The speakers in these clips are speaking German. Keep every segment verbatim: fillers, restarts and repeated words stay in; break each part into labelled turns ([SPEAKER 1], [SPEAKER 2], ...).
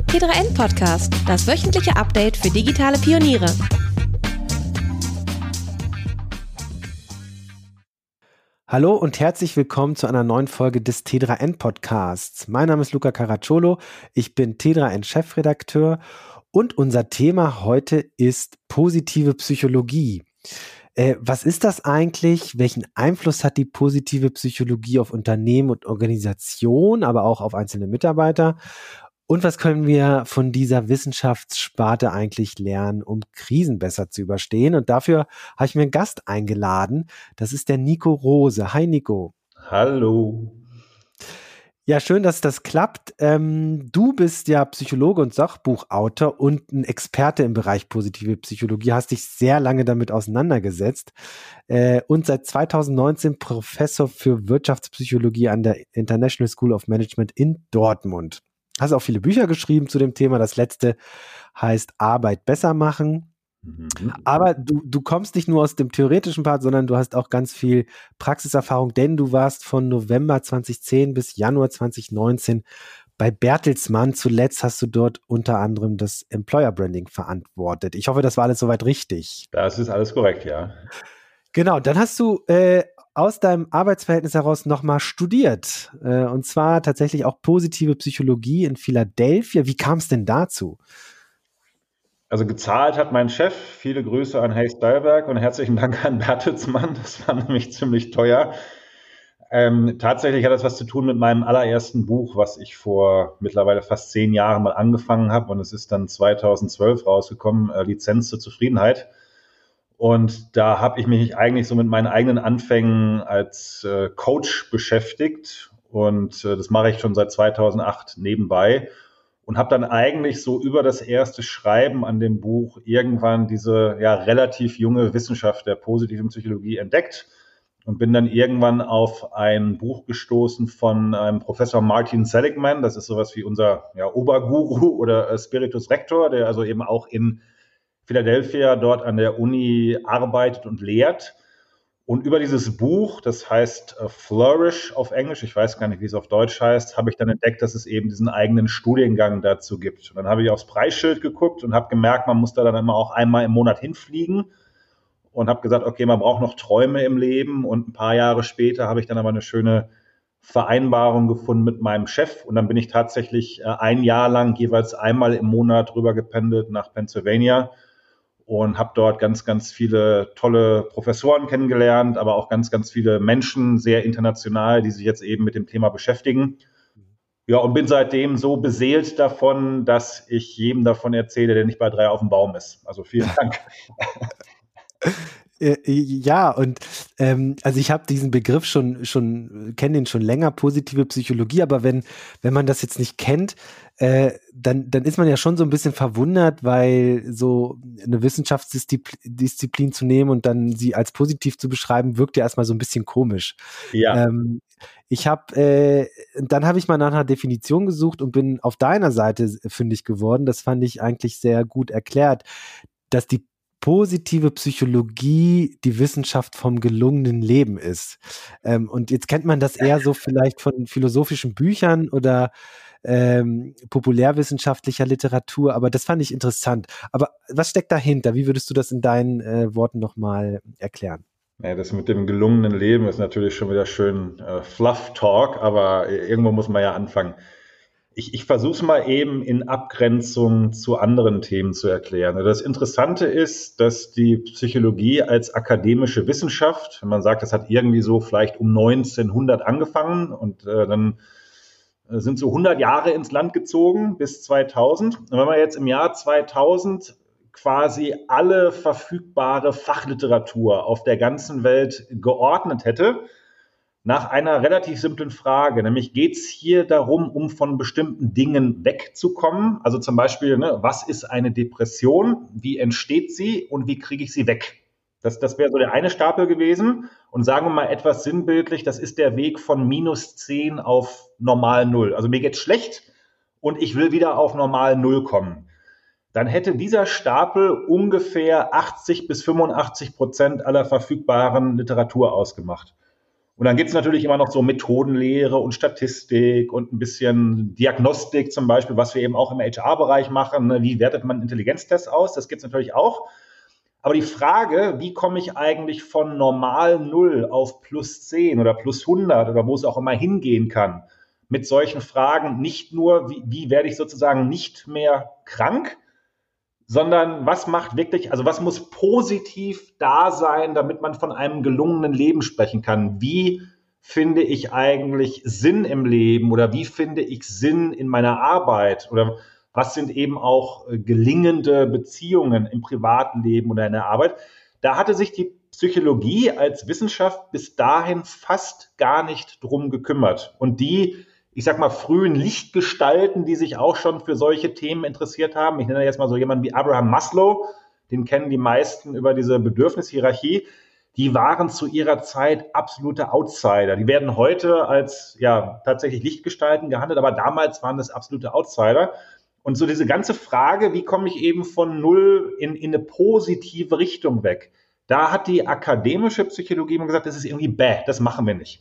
[SPEAKER 1] T drei N Podcast, das wöchentliche Update für digitale Pioniere.
[SPEAKER 2] Hallo und herzlich willkommen zu einer neuen Folge des T drei N Podcasts. Mein Name ist Luca Caracciolo, ich bin T drei N Chefredakteur und unser Thema heute ist positive Psychologie. Äh, was ist das eigentlich? Welchen Einfluss hat die positive Psychologie auf Unternehmen und Organisationen, aber auch auf einzelne Mitarbeiter? Und was können wir von dieser Wissenschaftssparte eigentlich lernen, um Krisen besser zu überstehen? Und dafür habe ich mir einen Gast eingeladen. Das ist der Nico Rose. Hi Nico.
[SPEAKER 3] Hallo.
[SPEAKER 2] Ja, schön, dass das klappt. Ähm, du bist ja Psychologe und Sachbuchautor und ein Experte im Bereich positive Psychologie, hast dich sehr lange damit auseinandergesetzt äh, und seit zweitausendneunzehn Professor für Wirtschaftspsychologie an der International School of Management in Dortmund. Hast auch viele Bücher geschrieben zu dem Thema. Das letzte heißt Arbeit besser machen. Mhm. Aber du, du kommst nicht nur aus dem theoretischen Part, sondern du hast auch ganz viel Praxiserfahrung, denn du warst von November zweitausendzehn bis Januar zweitausendneunzehn bei Bertelsmann. Zuletzt hast du dort unter anderem das Employer Branding verantwortet. Ich hoffe, das war alles soweit richtig.
[SPEAKER 3] Das ist alles korrekt, ja.
[SPEAKER 2] Genau, dann hast du äh, aus deinem Arbeitsverhältnis heraus nochmal studiert. Äh, und zwar tatsächlich auch positive Psychologie in Philadelphia. Wie kam es denn dazu?
[SPEAKER 3] Also gezahlt hat mein Chef. Viele Grüße an Hayes Stylberg und herzlichen Dank an Bertelsmann. Das war nämlich ziemlich teuer. Ähm, tatsächlich hat das was zu tun mit meinem allerersten Buch, was ich vor mittlerweile fast zehn Jahren mal angefangen habe. Und es ist dann zweitausendzwölf rausgekommen, äh, Lizenz zur Zufriedenheit. Und da habe ich mich eigentlich so mit meinen eigenen Anfängen als äh, Coach beschäftigt. Und äh, das mache ich schon seit zweitausendacht nebenbei. Und habe dann eigentlich so über das erste Schreiben an dem Buch irgendwann diese ja relativ junge Wissenschaft der positiven Psychologie entdeckt. Und bin dann irgendwann auf ein Buch gestoßen von einem Professor Martin Seligman. Das ist sowas wie unser ja, Oberguru oder äh, Spiritus Rector, der also eben auch in Philadelphia dort an der Uni arbeitet und lehrt. Und über dieses Buch, das heißt uh, Flourish auf Englisch, ich weiß gar nicht, wie es auf Deutsch heißt, habe ich dann entdeckt, dass es eben diesen eigenen Studiengang dazu gibt. Und dann habe ich aufs Preisschild geguckt und habe gemerkt, man muss da dann immer auch einmal im Monat hinfliegen. Und habe gesagt, okay, man braucht noch Träume im Leben. Und ein paar Jahre später habe ich dann aber eine schöne Vereinbarung gefunden mit meinem Chef. Und dann bin ich tatsächlich äh, ein Jahr lang jeweils einmal im Monat rüber gependelt nach Pennsylvania. Und habe dort ganz, ganz viele tolle Professoren kennengelernt, aber auch ganz, ganz viele Menschen, sehr international, die sich jetzt eben mit dem Thema beschäftigen. Ja, und bin seitdem so beseelt davon, dass ich jedem davon erzähle, der nicht bei drei auf dem Baum ist. Also vielen Dank.
[SPEAKER 2] Ja, und ähm, also ich habe diesen Begriff schon, schon kenne den schon länger, positive Psychologie, aber wenn, wenn man das jetzt nicht kennt, äh, dann, dann ist man ja schon so ein bisschen verwundert, weil so eine Wissenschaftsdisziplin zu nehmen und dann sie als positiv zu beschreiben, wirkt ja erstmal so ein bisschen komisch.
[SPEAKER 3] Ja.
[SPEAKER 2] Ähm, ich habe, äh, dann habe ich mal nach einer Definition gesucht und bin auf deiner Seite fündig geworden. Das fand ich eigentlich sehr gut erklärt, dass die positive Psychologie die Wissenschaft vom gelungenen Leben ist. Ähm, und jetzt kennt man das eher so vielleicht von philosophischen Büchern oder ähm, populärwissenschaftlicher Literatur, aber das fand ich interessant. Aber was steckt dahinter? Wie würdest du das in deinen äh, Worten nochmal erklären?
[SPEAKER 3] Ja, das mit dem gelungenen Leben ist natürlich schon wieder schön äh, Fluff-Talk, aber irgendwo muss man ja anfangen. Ich, ich versuche es mal eben in Abgrenzung zu anderen Themen zu erklären. Das Interessante ist, dass die Psychologie als akademische Wissenschaft, wenn man sagt, das hat irgendwie so vielleicht um neunzehnhundert angefangen und äh, dann sind so hundert Jahre ins Land gezogen bis zweitausend. Und wenn man jetzt im Jahr zweitausend quasi alle verfügbare Fachliteratur auf der ganzen Welt geordnet hätte, nach einer relativ simplen Frage, nämlich geht es hier darum, um von bestimmten Dingen wegzukommen? Also zum Beispiel, ne, was ist eine Depression? Wie entsteht sie und wie kriege ich sie weg? Das, das wäre so der eine Stapel gewesen. Und sagen wir mal etwas sinnbildlich, das ist der Weg von minus zehn auf normal null. Also mir geht's schlecht und ich will wieder auf normal null kommen. Dann hätte dieser Stapel ungefähr achtzig bis fünfundachtzig Prozent aller verfügbaren Literatur ausgemacht. Und dann gibt es natürlich immer noch so Methodenlehre und Statistik und ein bisschen Diagnostik zum Beispiel, was wir eben auch im H R-Bereich machen. Wie wertet man Intelligenztests aus? Das gibt es natürlich auch. Aber die Frage, wie komme ich eigentlich von normal null auf plus zehn oder plus hundert oder wo es auch immer hingehen kann, mit solchen Fragen nicht nur, wie, wie werde ich sozusagen nicht mehr krank, sondern was macht wirklich, also was muss positiv da sein, damit man von einem gelungenen Leben sprechen kann? Wie finde ich eigentlich Sinn im Leben oder wie finde ich Sinn in meiner Arbeit? Oder was sind eben auch gelingende Beziehungen im privaten Leben oder in der Arbeit? Da hatte sich die Psychologie als Wissenschaft bis dahin fast gar nicht drum gekümmert. Und die, ich sag mal, frühen Lichtgestalten, die sich auch schon für solche Themen interessiert haben. Ich nenne jetzt mal so jemanden wie Abraham Maslow, den kennen die meisten über diese Bedürfnishierarchie. Die waren zu ihrer Zeit absolute Outsider. Die werden heute als ja tatsächlich Lichtgestalten gehandelt, aber damals waren das absolute Outsider. Und so diese ganze Frage, wie komme ich eben von null in, in eine positive Richtung weg? Da hat die akademische Psychologie immer gesagt, das ist irgendwie bäh, das machen wir nicht.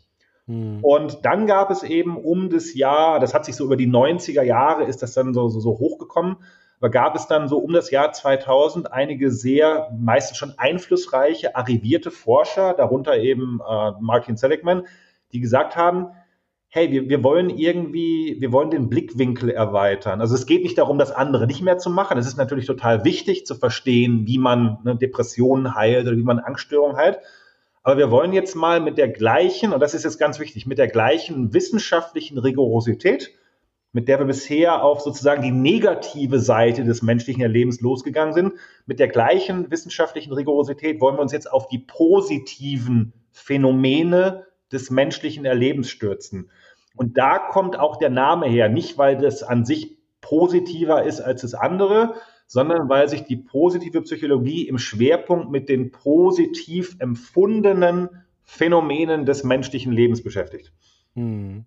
[SPEAKER 3] Und dann gab es eben um das Jahr, das hat sich so über die neunziger Jahre, ist das dann so, so, so hochgekommen, aber gab es dann so um das Jahr zweitausend einige sehr, meistens schon einflussreiche, arrivierte Forscher, darunter eben äh, Martin Seligman, die gesagt haben, hey, wir, wir wollen irgendwie, wir wollen den Blickwinkel erweitern. Also es geht nicht darum, das andere nicht mehr zu machen. Es ist natürlich total wichtig zu verstehen, wie man eine Depression heilt oder wie man Angststörungen heilt. Aber wir wollen jetzt mal mit der gleichen, und das ist jetzt ganz wichtig, mit der gleichen wissenschaftlichen Rigorosität, mit der wir bisher auf sozusagen die negative Seite des menschlichen Erlebens losgegangen sind, mit der gleichen wissenschaftlichen Rigorosität wollen wir uns jetzt auf die positiven Phänomene des menschlichen Erlebens stürzen. Und da kommt auch der Name her, nicht weil das an sich positiver ist als das andere, sondern weil sich die positive Psychologie im Schwerpunkt mit den positiv empfundenen Phänomenen des menschlichen Lebens beschäftigt.
[SPEAKER 2] Hm.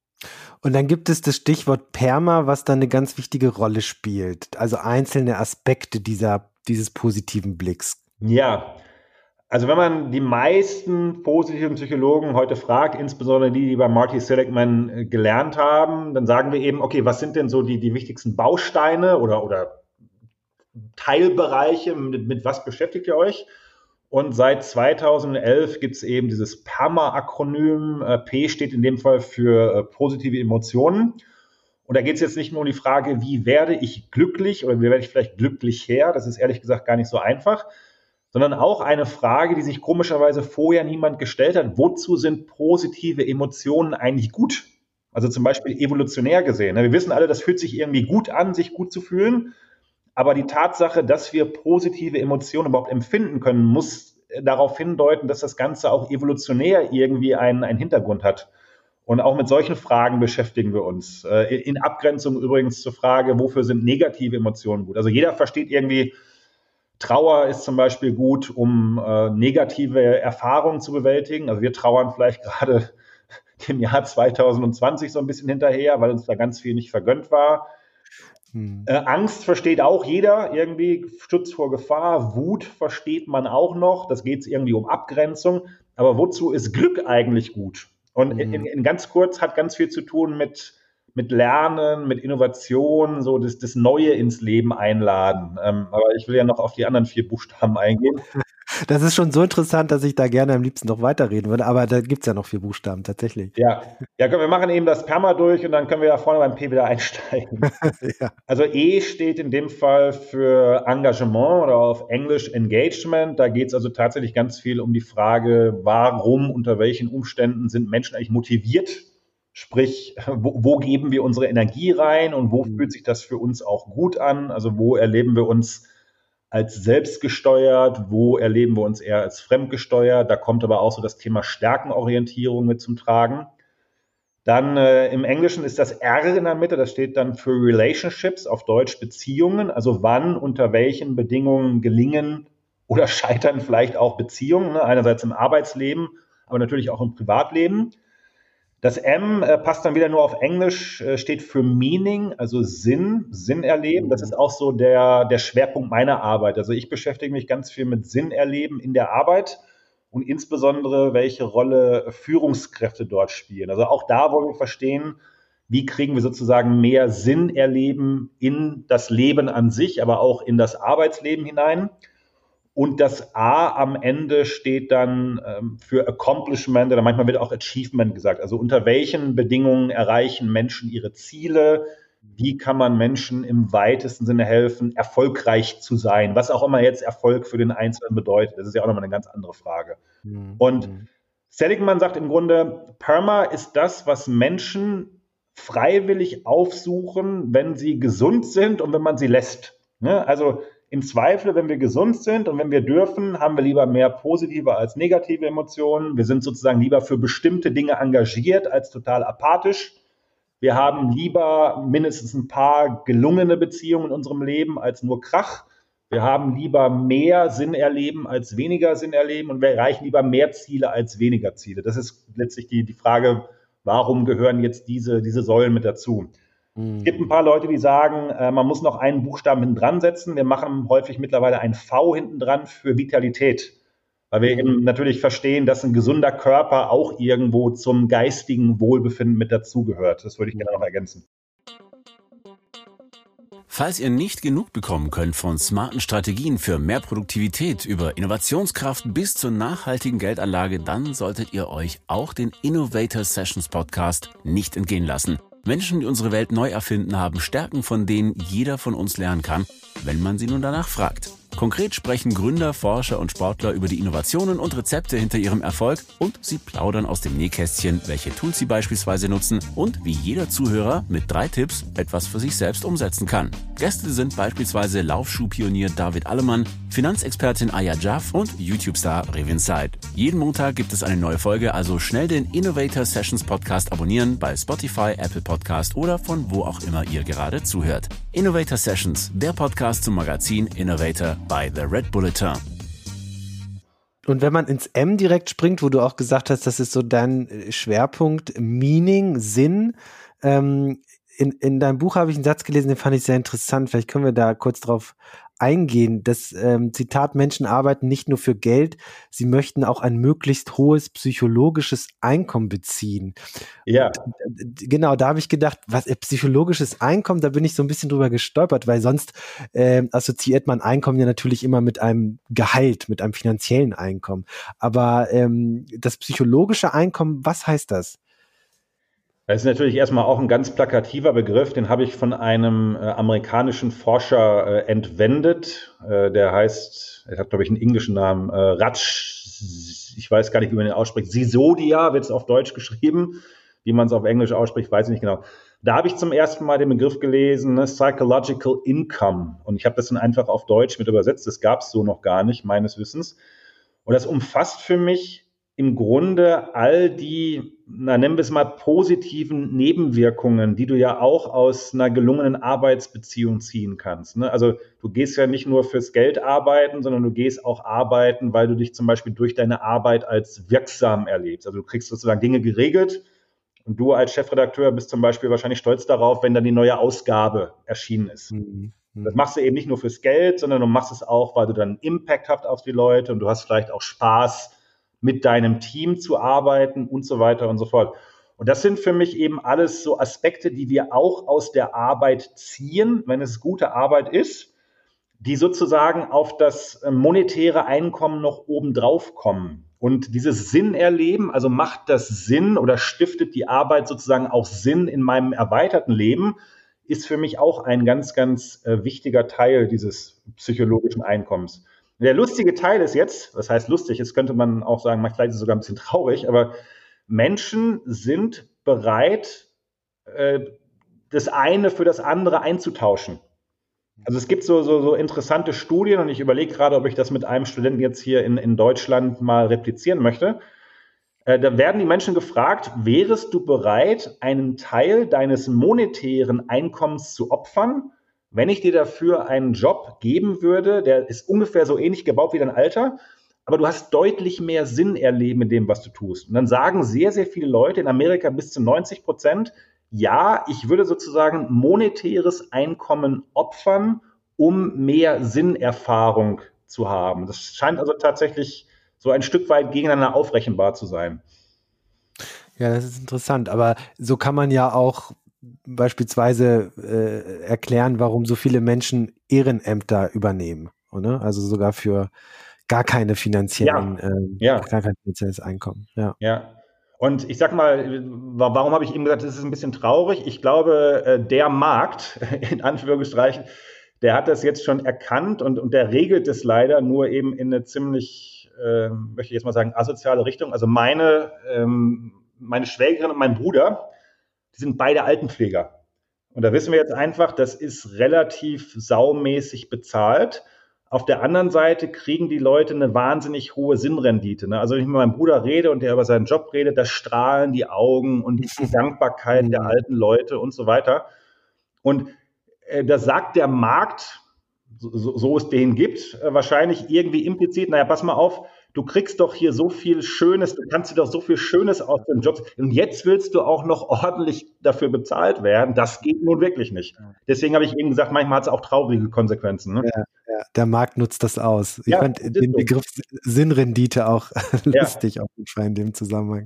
[SPEAKER 2] Und dann gibt es das Stichwort PERMA, was da eine ganz wichtige Rolle spielt. Also einzelne Aspekte dieser, dieses positiven Blicks.
[SPEAKER 3] Ja, also wenn man die meisten positiven Psychologen heute fragt, insbesondere die, die bei Martin Seligman gelernt haben, dann sagen wir eben, okay, was sind denn so die, die wichtigsten Bausteine oder, oder Teilbereiche, mit, mit was beschäftigt ihr euch? Und seit zweitausendelf gibt es eben dieses PERMA-Akronym. Äh, P steht in dem Fall für äh, positive Emotionen. Und da geht es jetzt nicht nur um die Frage, wie werde ich glücklich oder wie werde ich vielleicht glücklich her? Das ist ehrlich gesagt gar nicht so einfach. Sondern auch eine Frage, die sich komischerweise vorher niemand gestellt hat. Wozu sind positive Emotionen eigentlich gut? Also zum Beispiel evolutionär gesehen. Wir wissen alle, das fühlt sich irgendwie gut an, sich gut zu fühlen. Aber die Tatsache, dass wir positive Emotionen überhaupt empfinden können, muss darauf hindeuten, dass das Ganze auch evolutionär irgendwie einen, einen Hintergrund hat. Und auch mit solchen Fragen beschäftigen wir uns. In Abgrenzung übrigens zur Frage, wofür sind negative Emotionen gut? Also jeder versteht irgendwie, Trauer ist zum Beispiel gut, um äh, negative Erfahrungen zu bewältigen. Also wir trauern vielleicht gerade dem Jahr zwanzig zwanzig so ein bisschen hinterher, weil uns da ganz viel nicht vergönnt war. Hm. Äh, Angst versteht auch jeder, irgendwie Schutz vor Gefahr. Wut versteht man auch noch. Das geht irgendwie um Abgrenzung. Aber wozu ist Glück eigentlich gut? Und hm. in, in ganz kurz hat ganz viel zu tun mit, mit Lernen, mit Innovation, so das, das Neue ins Leben einladen. Ähm, aber ich will ja noch auf die anderen vier Buchstaben eingehen.
[SPEAKER 2] Das ist schon so interessant, dass ich da gerne am liebsten noch weiterreden würde, aber da gibt es ja noch vier Buchstaben tatsächlich.
[SPEAKER 3] Ja. ja, komm, wir machen eben das PERMA durch und dann können wir da vorne beim P wieder einsteigen. ja. Also E steht in dem Fall für Engagement oder auf Englisch Engagement. Da geht es also tatsächlich ganz viel um die Frage, warum, unter welchen Umständen sind Menschen eigentlich motiviert? Sprich, wo, wo geben wir unsere Energie rein und wo mhm. fühlt sich das für uns auch gut an? Also wo erleben wir uns als selbstgesteuert, wo erleben wir uns eher als fremdgesteuert? Da kommt aber auch so das Thema Stärkenorientierung mit zum Tragen. Dann äh, im Englischen ist das R in der Mitte, das steht dann für Relationships, auf Deutsch Beziehungen. Also wann, unter welchen Bedingungen gelingen oder scheitern vielleicht auch Beziehungen, ne? Einerseits im Arbeitsleben, aber natürlich auch im Privatleben. Das M äh, passt dann wieder nur auf Englisch, äh, steht für Meaning, also Sinn, Sinn erleben. Das ist auch so der, der Schwerpunkt meiner Arbeit. Also ich beschäftige mich ganz viel mit Sinn erleben in der Arbeit. und insbesondere, welche Rolle Führungskräfte dort spielen. Also auch da wollen wir verstehen, wie kriegen wir sozusagen mehr Sinn erleben in das Leben an sich, aber auch in das Arbeitsleben hinein. Und das A am Ende steht dann ähm, für Accomplishment oder manchmal wird auch Achievement gesagt. Also unter welchen Bedingungen erreichen Menschen ihre Ziele? Wie kann man Menschen im weitesten Sinne helfen, erfolgreich zu sein? Was auch immer jetzt Erfolg für den Einzelnen bedeutet. Das ist ja auch nochmal eine ganz andere Frage. Mhm. Und Seligman sagt im Grunde, PERMA ist das, was Menschen freiwillig aufsuchen, wenn sie gesund sind und wenn man sie lässt. Ne? Also im Zweifel, wenn wir gesund sind und wenn wir dürfen, haben wir lieber mehr positive als negative Emotionen. Wir sind sozusagen lieber für bestimmte Dinge engagiert als total apathisch. Wir haben lieber mindestens ein paar gelungene Beziehungen in unserem Leben als nur Krach. Wir haben lieber mehr Sinn erleben als weniger Sinn erleben und wir erreichen lieber mehr Ziele als weniger Ziele. Das ist letztlich die, die Frage, warum gehören jetzt diese, diese Säulen mit dazu? Es gibt ein paar Leute, die sagen, äh, man muss noch einen Buchstaben hinten dran setzen. Wir machen häufig mittlerweile ein V hinten dran für Vitalität, weil wir eben natürlich verstehen, dass ein gesunder Körper auch irgendwo zum geistigen Wohlbefinden mit dazugehört. Das würde ich gerne noch ergänzen.
[SPEAKER 4] Falls ihr nicht genug bekommen könnt von smarten Strategien für mehr Produktivität über Innovationskraft bis zur nachhaltigen Geldanlage, dann solltet ihr euch auch den Innovator Sessions Podcast nicht entgehen lassen. Menschen, die unsere Welt neu erfinden, haben Stärken, von denen jeder von uns lernen kann, wenn man sie nun danach fragt. Konkret sprechen Gründer, Forscher und Sportler über die Innovationen und Rezepte hinter ihrem Erfolg und sie plaudern aus dem Nähkästchen, welche Tools sie beispielsweise nutzen und wie jeder Zuhörer mit drei Tipps etwas für sich selbst umsetzen kann. Gäste sind beispielsweise Laufschuhpionier David Allemann, Finanzexpertin Aya Jaff und YouTube-Star Revin Said. Jeden Montag gibt es eine neue Folge, also schnell den Innovator Sessions Podcast abonnieren bei Spotify, Apple Podcast oder von wo auch immer ihr gerade zuhört. Innovator Sessions, der Podcast zum Magazin Innovator bei The Red Bulletin.
[SPEAKER 2] Und wenn man ins M direkt springt, wo du auch gesagt hast, das ist so dein Schwerpunkt, Meaning, Sinn. Ähm, in, in deinem Buch habe ich einen Satz gelesen, den fand ich sehr interessant. Vielleicht können wir da kurz drauf eingehen. Das ähm, Zitat, Menschen arbeiten nicht nur für Geld, sie möchten auch ein möglichst hohes psychologisches Einkommen beziehen.
[SPEAKER 3] Ja.
[SPEAKER 2] Und, genau, da habe ich gedacht, was äh, psychologisches Einkommen, da bin ich so ein bisschen drüber gestolpert, weil sonst äh, assoziiert man Einkommen ja natürlich immer mit einem Gehalt, mit einem finanziellen Einkommen. Aber ähm, das psychologische Einkommen, was heißt das?
[SPEAKER 3] Das ist natürlich erstmal auch ein ganz plakativer Begriff, den habe ich von einem äh, amerikanischen Forscher äh, entwendet. Äh, der heißt, er hat, glaube ich, einen englischen Namen, äh, Raj, ich weiß gar nicht, wie man den ausspricht, Sisodia wird es auf Deutsch geschrieben, wie man es auf Englisch ausspricht, weiß ich nicht genau. Da habe ich zum ersten Mal den Begriff gelesen, ne, Psychological Income. Und ich habe das dann einfach auf Deutsch mit übersetzt, das gab es so noch gar nicht, meines Wissens. Und das umfasst für mich im Grunde all die, na, nennen wir es mal, positiven Nebenwirkungen, die du ja auch aus einer gelungenen Arbeitsbeziehung ziehen kannst. Ne? Also du gehst ja nicht nur fürs Geld arbeiten, sondern du gehst auch arbeiten, weil du dich zum Beispiel durch deine Arbeit als wirksam erlebst. Also du kriegst sozusagen Dinge geregelt und du als Chefredakteur bist zum Beispiel wahrscheinlich stolz darauf, wenn dann die neue Ausgabe erschienen ist. Mhm. Das machst du eben nicht nur fürs Geld, sondern du machst es auch, weil du dann einen Impact hast auf die Leute und du hast vielleicht auch Spaß, mit deinem Team zu arbeiten und so weiter und so fort. Und das sind für mich eben alles so Aspekte, die wir auch aus der Arbeit ziehen, wenn es gute Arbeit ist, die sozusagen auf das monetäre Einkommen noch obendrauf kommen. Und dieses Sinn erleben, also macht das Sinn oder stiftet die Arbeit sozusagen auch Sinn in meinem erweiterten Leben, ist für mich auch ein ganz, ganz äh, wichtiger Teil dieses psychologischen Einkommens. Der lustige Teil ist jetzt, das heißt lustig, jetzt könnte man auch sagen, vielleicht ist es sogar ein bisschen traurig, aber Menschen sind bereit, äh, das eine für das andere einzutauschen. Also es gibt so, so, so interessante Studien und ich überlege gerade, ob ich das mit einem Studenten jetzt hier in, in Deutschland mal replizieren möchte. Äh, da werden die Menschen gefragt, wärest du bereit, einen Teil deines monetären Einkommens zu opfern, wenn ich dir dafür einen Job geben würde, der ist ungefähr so ähnlich gebaut wie dein Alter, aber du hast deutlich mehr Sinn erleben in dem, was du tust. Und dann sagen sehr, sehr viele Leute in Amerika bis zu neunzig Prozent, ja, ich würde sozusagen monetäres Einkommen opfern, um mehr Sinnerfahrung zu haben. Das scheint also tatsächlich so ein Stück weit gegeneinander aufrechenbar zu sein.
[SPEAKER 2] Ja, das ist interessant. Aber so kann man ja auch beispielsweise äh, erklären, warum so viele Menschen Ehrenämter übernehmen, oder? Also sogar für gar keine finanziellen,
[SPEAKER 3] Ja.
[SPEAKER 2] ähm,
[SPEAKER 3] Ja.
[SPEAKER 2] gar kein finanzielles Einkommen. Ja.
[SPEAKER 3] Ja. Und ich sag mal, warum habe ich eben gesagt, das ist ein bisschen traurig? Ich glaube, äh, der Markt, in Anführungsstrichen, der hat das jetzt schon erkannt und, und der regelt es leider nur eben in eine ziemlich, äh, möchte ich jetzt mal sagen, asoziale Richtung. Also meine, ähm, meine Schwägerin und mein Bruder, die sind beide Altenpfleger. Und da wissen wir jetzt einfach, das ist relativ saumäßig bezahlt. Auf der anderen Seite kriegen die Leute eine wahnsinnig hohe Sinnrendite. Ne? Also wenn ich mit meinem Bruder rede und der über seinen Job redet, da strahlen die Augen und die Dankbarkeit der alten Leute und so weiter. Und äh, das sagt der Markt, so, so es den gibt, äh, wahrscheinlich irgendwie implizit, naja, pass mal auf, du kriegst doch hier so viel Schönes, du kannst dir doch so viel Schönes aus dem Job, und jetzt willst du auch noch ordentlich dafür bezahlt werden. Das geht nun wirklich nicht. Deswegen habe ich eben gesagt, manchmal hat es auch traurige Konsequenzen. Ne?
[SPEAKER 2] Ja, ja, der Markt nutzt das aus. Ich
[SPEAKER 3] Ja,
[SPEAKER 2] fand
[SPEAKER 3] das ist
[SPEAKER 2] den
[SPEAKER 3] so.
[SPEAKER 2] Begriff Sinnrendite auch
[SPEAKER 3] Ja.
[SPEAKER 2] lustig auf jeden Fall in dem Zusammenhang.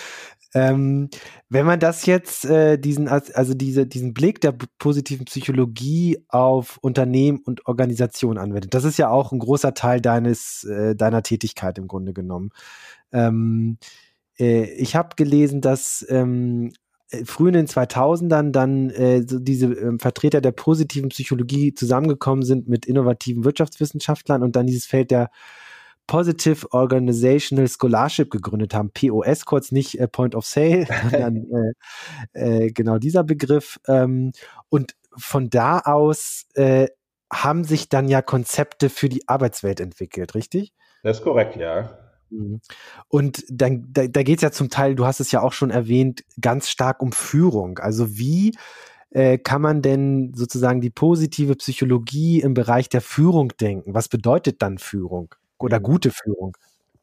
[SPEAKER 2] Ähm, wenn man das jetzt, äh, diesen, also diese, diesen Blick der positiven Psychologie auf Unternehmen und Organisationen anwendet, das ist ja auch ein großer Teil deines, äh, deiner Tätigkeit im Grunde genommen. Ähm, äh, ich habe gelesen, dass ähm, früh in den zweitausendern dann äh, so diese äh, Vertreter der positiven Psychologie zusammengekommen sind mit innovativen Wirtschaftswissenschaftlern und dann dieses Feld der Positive Organizational Scholarship gegründet haben, P O S kurz, nicht äh, Point of Sale, sondern äh, äh, genau dieser Begriff. Ähm, und von da aus äh, haben sich dann ja Konzepte für die Arbeitswelt entwickelt, richtig?
[SPEAKER 3] Das ist korrekt, ja.
[SPEAKER 2] Und dann, da, da geht es ja zum Teil, du hast es ja auch schon erwähnt, ganz stark um Führung. Also wie äh, kann man denn sozusagen die positive Psychologie im Bereich der Führung denken? Was bedeutet dann Führung oder gute Führung?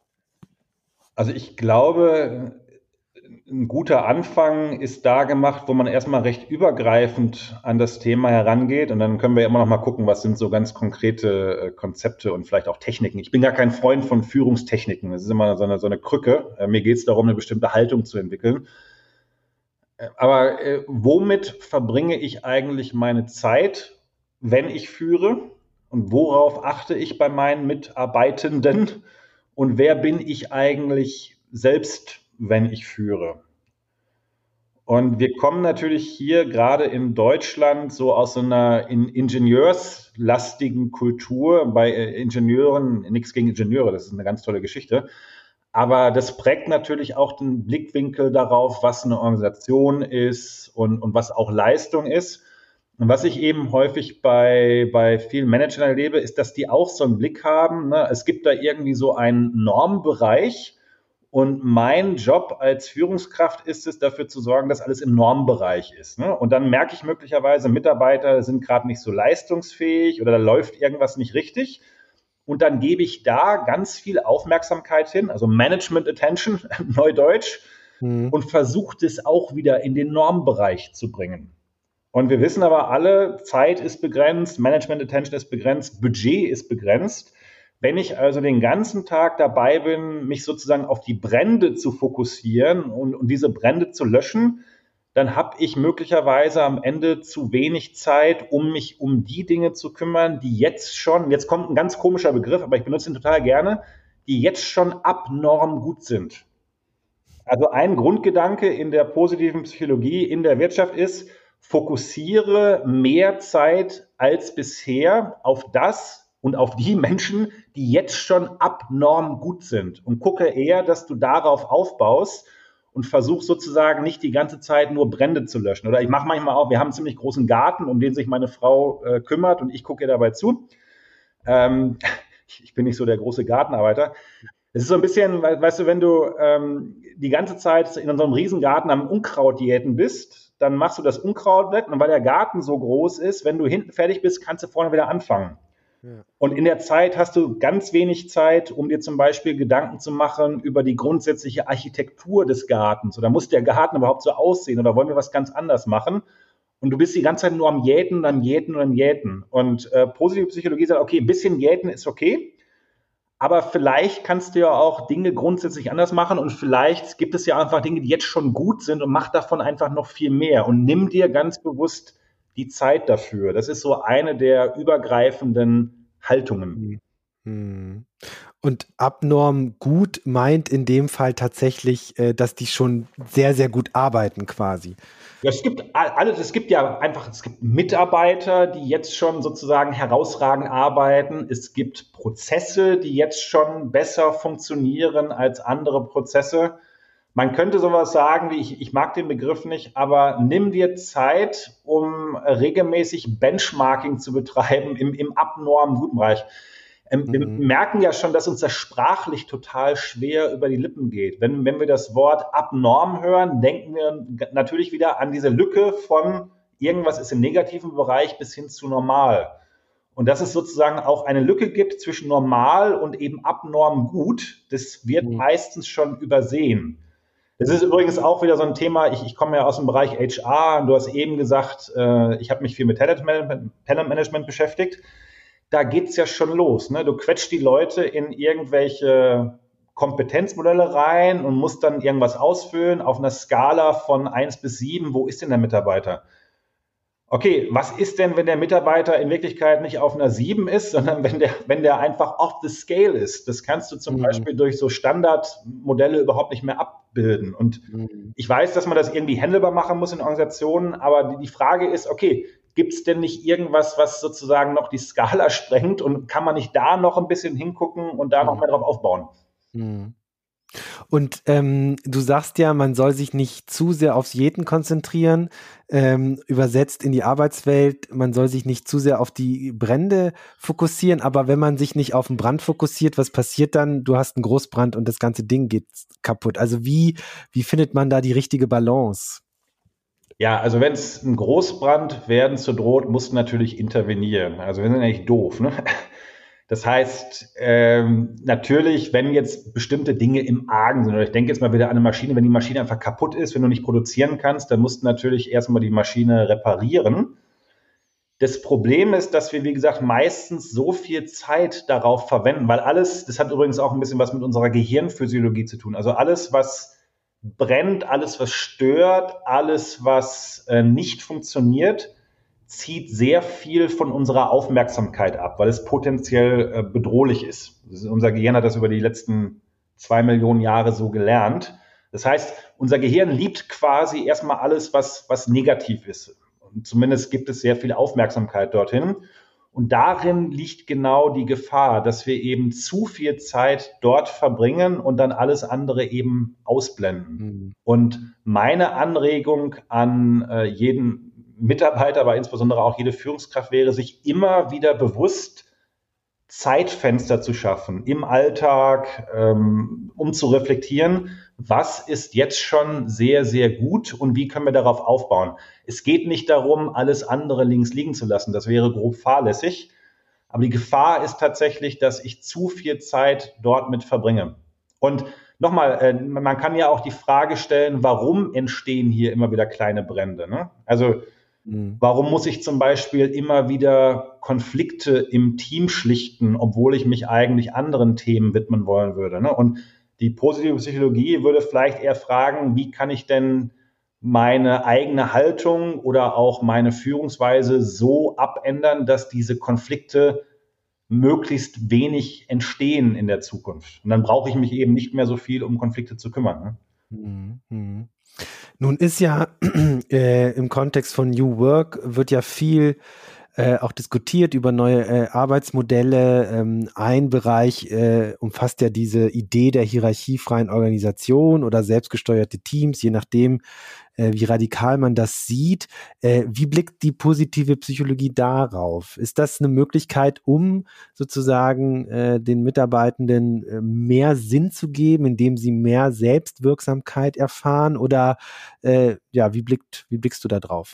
[SPEAKER 3] Also ich glaube, ein guter Anfang ist da gemacht, wo man erstmal recht übergreifend an das Thema herangeht, und dann können wir immer noch mal gucken, was sind so ganz konkrete äh, Konzepte und vielleicht auch Techniken. Ich bin gar kein Freund von Führungstechniken. Das ist immer so eine, so eine Krücke. Äh, mir geht es darum, eine bestimmte Haltung zu entwickeln. Äh, aber äh, womit verbringe ich eigentlich meine Zeit, wenn ich führe? Und worauf achte ich bei meinen Mitarbeitenden? Und wer bin ich eigentlich selbst, wenn ich führe? Und wir kommen natürlich hier gerade in Deutschland so aus so einer in ingenieurslastigen Kultur. Bei äh, Ingenieuren, nichts gegen Ingenieure, das ist eine ganz tolle Geschichte. Aber das prägt natürlich auch den Blickwinkel darauf, was eine Organisation ist und, und was auch Leistung ist. Und was ich eben häufig bei, bei vielen Managern erlebe, ist, dass die auch so einen Blick haben. Ne? Es gibt da irgendwie so einen Normbereich. Und mein Job als Führungskraft ist es, dafür zu sorgen, dass alles im Normbereich ist. Ne? Und dann merke ich möglicherweise, Mitarbeiter sind gerade nicht so leistungsfähig oder da läuft irgendwas nicht richtig. Und dann gebe ich da ganz viel Aufmerksamkeit hin, also Management Attention, Neudeutsch, mhm. und versuche das auch wieder in den Normbereich zu bringen. Und wir wissen aber alle, Zeit ist begrenzt, Management Attention ist begrenzt, Budget ist begrenzt. Wenn ich also den ganzen Tag dabei bin, mich sozusagen auf die Brände zu fokussieren und, und diese Brände zu löschen, dann habe ich möglicherweise am Ende zu wenig Zeit, um mich um die Dinge zu kümmern, die jetzt schon, jetzt kommt ein ganz komischer Begriff, aber ich benutze ihn total gerne, die jetzt schon abnorm gut sind. Also ein Grundgedanke in der positiven Psychologie in der Wirtschaft ist, fokussiere mehr Zeit als bisher auf das und auf die Menschen, die jetzt schon abnorm gut sind, und gucke eher, dass du darauf aufbaust und versuch sozusagen nicht die ganze Zeit nur Brände zu löschen. Oder ich mache manchmal auch, wir haben einen ziemlich großen Garten, um den sich meine Frau äh, kümmert, und ich gucke ihr dabei zu. Ähm, ich, ich bin nicht so der große Gartenarbeiter. Es ist so ein bisschen, weißt du, wenn du ähm, die ganze Zeit in so einem Riesengarten am Unkrautjäten bist, dann machst du das Unkraut weg, und weil der Garten so groß ist, wenn du hinten fertig bist, kannst du vorne wieder anfangen. Ja. Und in der Zeit hast du ganz wenig Zeit, um dir zum Beispiel Gedanken zu machen über die grundsätzliche Architektur des Gartens. Oder muss der Garten überhaupt so aussehen, oder wollen wir was ganz anderes machen? Und du bist die ganze Zeit nur am Jäten, am Jäten und am Jäten. Und äh, positive Psychologie sagt, okay, ein bisschen Jäten ist okay, Aber vielleicht kannst du ja auch Dinge grundsätzlich anders machen und vielleicht gibt es ja einfach Dinge, die jetzt schon gut sind und mach davon einfach noch viel mehr und nimm dir ganz bewusst die Zeit dafür. Das ist so eine der übergreifenden Haltungen.
[SPEAKER 2] Hm. Und abnorm gut meint in dem Fall tatsächlich, äh, dass die schon sehr, sehr gut arbeiten quasi.
[SPEAKER 3] Ja, es gibt alles, es gibt ja einfach, es gibt Mitarbeiter, die jetzt schon sozusagen herausragend arbeiten. Es gibt Prozesse, die jetzt schon besser funktionieren als andere Prozesse. Man könnte sowas sagen wie, ich, ich mag den Begriff nicht, aber nimm dir Zeit, um regelmäßig Benchmarking zu betreiben im, im abnormen guten Bereich. Ähm, mhm. Wir merken ja schon, dass uns das sprachlich total schwer über die Lippen geht. Wenn, wenn wir das Wort abnorm hören, denken wir natürlich wieder an diese Lücke von irgendwas ist im negativen Bereich bis hin zu normal. Und dass es sozusagen auch eine Lücke gibt zwischen normal und eben abnorm gut, das wird mhm. meistens schon übersehen. Das ist übrigens auch wieder so ein Thema, ich, ich komme ja aus dem Bereich H R und du hast eben gesagt, äh, ich habe mich viel mit Talent Management beschäftigt. Da geht's ja schon los. Ne? Du quetscht die Leute in irgendwelche Kompetenzmodelle rein und musst dann irgendwas ausfüllen auf einer Skala von eins bis sieben. Wo ist denn der Mitarbeiter? Okay, was ist denn, wenn der Mitarbeiter in Wirklichkeit nicht auf einer sieben ist, sondern wenn der, wenn der einfach off the scale ist? Das kannst du zum mhm. Beispiel durch so Standardmodelle überhaupt nicht mehr abbilden. Und mhm. ich weiß, dass man das irgendwie handelbar machen muss in Organisationen, aber die, die Frage ist, okay, gibt es denn nicht irgendwas, was sozusagen noch die Skala sprengt und kann man nicht da noch ein bisschen hingucken und da mhm. noch mehr drauf aufbauen?
[SPEAKER 2] Mhm. Und ähm, du sagst ja, man soll sich nicht zu sehr aufs Jeden konzentrieren, ähm, übersetzt in die Arbeitswelt, man soll sich nicht zu sehr auf die Brände fokussieren, aber wenn man sich nicht auf den Brand fokussiert, was passiert dann? Du hast einen Großbrand und das ganze Ding geht kaputt. Also wie, wie findet man da die richtige Balance?
[SPEAKER 3] Ja, also wenn es ein Großbrand werden zu droht, muss natürlich intervenieren. Also wir sind eigentlich doof, ne? Das heißt, ähm, natürlich, wenn jetzt bestimmte Dinge im Argen sind, oder ich denke jetzt mal wieder an eine Maschine, wenn die Maschine einfach kaputt ist, wenn du nicht produzieren kannst, dann musst du natürlich erstmal die Maschine reparieren. Das Problem ist, dass wir, wie gesagt, meistens so viel Zeit darauf verwenden, weil alles, das hat übrigens auch ein bisschen was mit unserer Gehirnphysiologie zu tun. Also alles, was brennt, alles, was stört, alles, was äh, nicht funktioniert, zieht sehr viel von unserer Aufmerksamkeit ab, weil es potenziell äh, bedrohlich ist. ist. Unser Gehirn hat das über die letzten zwei Millionen Jahre so gelernt. Das heißt, unser Gehirn liebt quasi erstmal alles, was, was negativ ist. Und zumindest gibt es sehr viel Aufmerksamkeit dorthin. Und darin liegt genau die Gefahr, dass wir eben zu viel Zeit dort verbringen und dann alles andere eben ausblenden. Mhm. Und meine Anregung an äh, jeden Mitarbeiter, aber insbesondere auch jede Führungskraft wäre, sich immer wieder bewusst Zeitfenster zu schaffen im Alltag, ähm, um zu reflektieren, was ist jetzt schon sehr, sehr gut und wie können wir darauf aufbauen. Es geht nicht darum, alles andere links liegen zu lassen. Das wäre grob fahrlässig. Aber die Gefahr ist tatsächlich, dass ich zu viel Zeit dort mit verbringe. Und nochmal, äh, man kann ja auch die Frage stellen, warum entstehen hier immer wieder kleine Brände, ne? Also warum muss ich zum Beispiel immer wieder Konflikte im Team schlichten, obwohl ich mich eigentlich anderen Themen widmen wollen würde, ne? Und die positive Psychologie würde vielleicht eher fragen, wie kann ich denn meine eigene Haltung oder auch meine Führungsweise so abändern, dass diese Konflikte möglichst wenig entstehen in der Zukunft. Und dann brauche ich mich eben nicht mehr so viel um Konflikte zu kümmern, ne?
[SPEAKER 2] Mhm. Mhm. Nun ist ja äh, im Kontext von New Work wird ja viel äh, auch diskutiert über neue äh, Arbeitsmodelle. Ähm, ein Bereich äh, umfasst ja diese Idee der hierarchiefreien Organisation oder selbstgesteuerte Teams, je nachdem, äh, wie radikal man das sieht. Äh, wie blickt die positive Psychologie darauf? Ist das eine Möglichkeit, um sozusagen äh, den Mitarbeitenden äh, mehr Sinn zu geben, indem sie mehr Selbstwirksamkeit erfahren? Oder äh, ja, wie blickt, wie blickst du da drauf?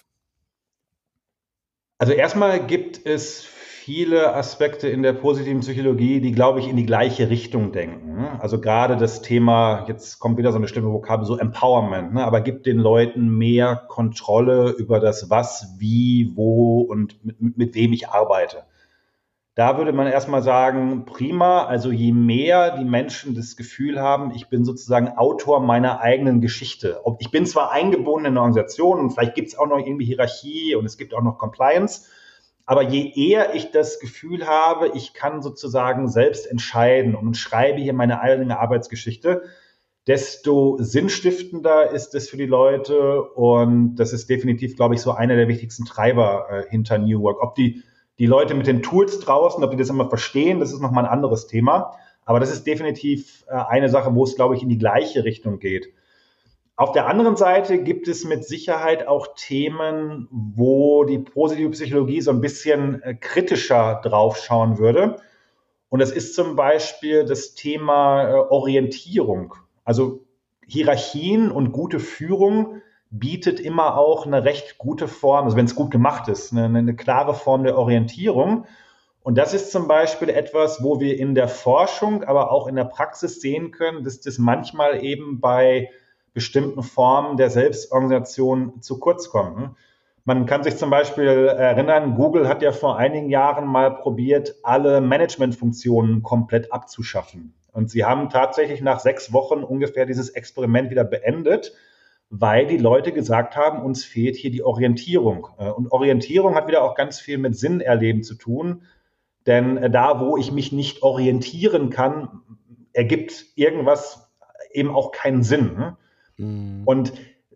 [SPEAKER 3] Also erstmal gibt es viele Aspekte in der positiven Psychologie, die, glaube ich, in die gleiche Richtung denken. Also gerade das Thema, jetzt kommt wieder so eine schlimme Vokabel, so Empowerment, ne? Aber gibt den Leuten mehr Kontrolle über das Was, Wie, Wo und mit, mit, mit wem ich arbeite. Da würde man erstmal sagen, prima, also je mehr die Menschen das Gefühl haben, ich bin sozusagen Autor meiner eigenen Geschichte. Ich bin zwar eingebunden in eine Organisation und vielleicht gibt es auch noch irgendwie Hierarchie und es gibt auch noch Compliance, aber je eher ich das Gefühl habe, ich kann sozusagen selbst entscheiden und schreibe hier meine eigene Arbeitsgeschichte, desto sinnstiftender ist es für die Leute und das ist definitiv, glaube ich, so einer der wichtigsten Treiber äh, hinter New Work. Ob die Die Leute mit den Tools draußen, ob die das immer verstehen, das ist nochmal ein anderes Thema. Aber das ist definitiv äh, eine Sache, wo es, glaube ich, in die gleiche Richtung geht. Auf der anderen Seite gibt es mit Sicherheit auch Themen, wo die positive Psychologie so ein bisschen äh, kritischer draufschauen würde. Und das ist zum Beispiel das Thema äh, Orientierung. Also Hierarchien und gute Führung bietet immer auch eine recht gute Form, also wenn es gut gemacht ist, eine, eine klare Form der Orientierung. Und das ist zum Beispiel etwas, wo wir in der Forschung, aber auch in der Praxis sehen können, dass das manchmal eben bei bestimmten Formen der Selbstorganisation zu kurz kommt. Man kann sich zum Beispiel erinnern, Google hat ja vor einigen Jahren mal probiert, alle Managementfunktionen komplett abzuschaffen. Und sie haben tatsächlich nach sechs Wochen ungefähr dieses Experiment wieder beendet, weil die Leute gesagt haben, uns fehlt hier die Orientierung. Und Orientierung hat wieder auch ganz viel mit Sinnerleben zu tun, denn da, wo ich mich nicht orientieren kann, ergibt irgendwas eben auch keinen Sinn. Mhm. Und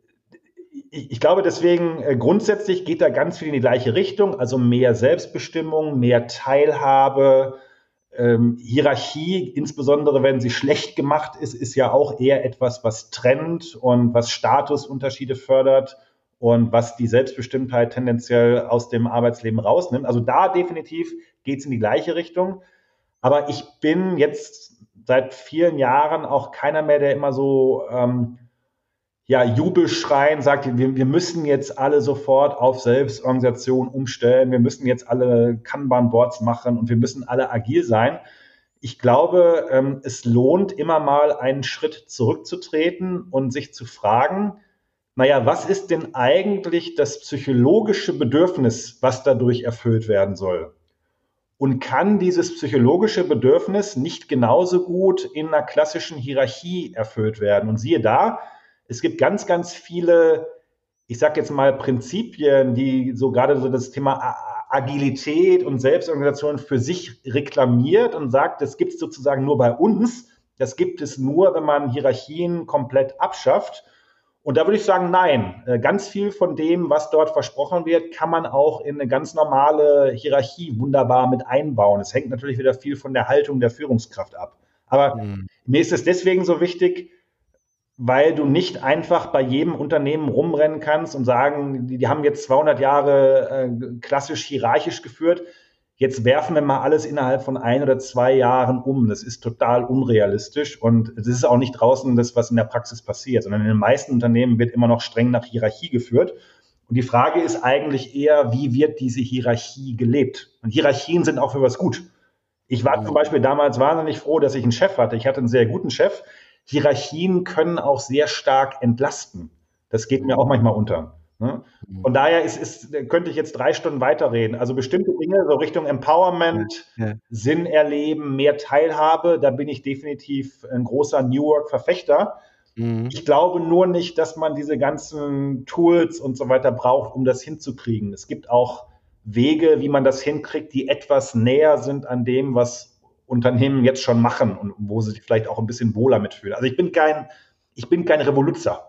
[SPEAKER 3] ich, ich glaube deswegen, grundsätzlich geht da ganz viel in die gleiche Richtung, also mehr Selbstbestimmung, mehr Teilhabe. Ähm, Hierarchie, insbesondere wenn sie schlecht gemacht ist, ist ja auch eher etwas, was trennt und was Statusunterschiede fördert und was die Selbstbestimmtheit tendenziell aus dem Arbeitsleben rausnimmt. Also da definitiv geht es in die gleiche Richtung. Aber ich bin jetzt seit vielen Jahren auch keiner mehr, der immer so ähm, ja, Jubelschreien sagt, wir, wir müssen jetzt alle sofort auf Selbstorganisation umstellen, wir müssen jetzt alle Kanban-Boards machen und wir müssen alle agil sein. Ich glaube, ähm, es lohnt immer mal einen Schritt zurückzutreten und sich zu fragen, naja, was ist denn eigentlich das psychologische Bedürfnis, was dadurch erfüllt werden soll? Und kann dieses psychologische Bedürfnis nicht genauso gut in einer klassischen Hierarchie erfüllt werden? Und siehe da, es gibt ganz, ganz viele, ich sage jetzt mal Prinzipien, die so gerade so das Thema Agilität und Selbstorganisation für sich reklamiert und sagt, das gibt es sozusagen nur bei uns. Das gibt es nur, wenn man Hierarchien komplett abschafft. Und da würde ich sagen, nein, ganz viel von dem, was dort versprochen wird, kann man auch in eine ganz normale Hierarchie wunderbar mit einbauen. Es hängt natürlich wieder viel von der Haltung der Führungskraft ab. Aber mhm. mir ist es deswegen so wichtig, weil du nicht einfach bei jedem Unternehmen rumrennen kannst und sagen, die, die haben jetzt zweihundert Jahre äh, klassisch hierarchisch geführt, jetzt werfen wir mal alles innerhalb von ein oder zwei Jahren um. Das ist total unrealistisch und es ist auch nicht draußen das, was in der Praxis passiert, sondern in den meisten Unternehmen wird immer noch streng nach Hierarchie geführt. Und die Frage ist eigentlich eher, wie wird diese Hierarchie gelebt? Und Hierarchien sind auch für was gut. Ich war zum Beispiel damals wahnsinnig froh, dass ich einen Chef hatte. Ich hatte einen sehr guten Chef. Hierarchien können auch sehr stark entlasten. Das geht mir auch manchmal unter. Ne? Von daher ist, ist, könnte ich jetzt drei Stunden weiterreden. Also bestimmte Dinge, so Richtung Empowerment, ja, ja. Sinn erleben, mehr Teilhabe, da bin ich definitiv ein großer New Work-Verfechter. Mhm. Ich glaube nur nicht, dass man diese ganzen Tools und so weiter braucht, um das hinzukriegen. Es gibt auch Wege, wie man das hinkriegt, die etwas näher sind an dem, was Unternehmen jetzt schon machen und wo sie sich vielleicht auch ein bisschen wohler mitfühlen. Also ich bin kein, ich bin kein Revoluzer.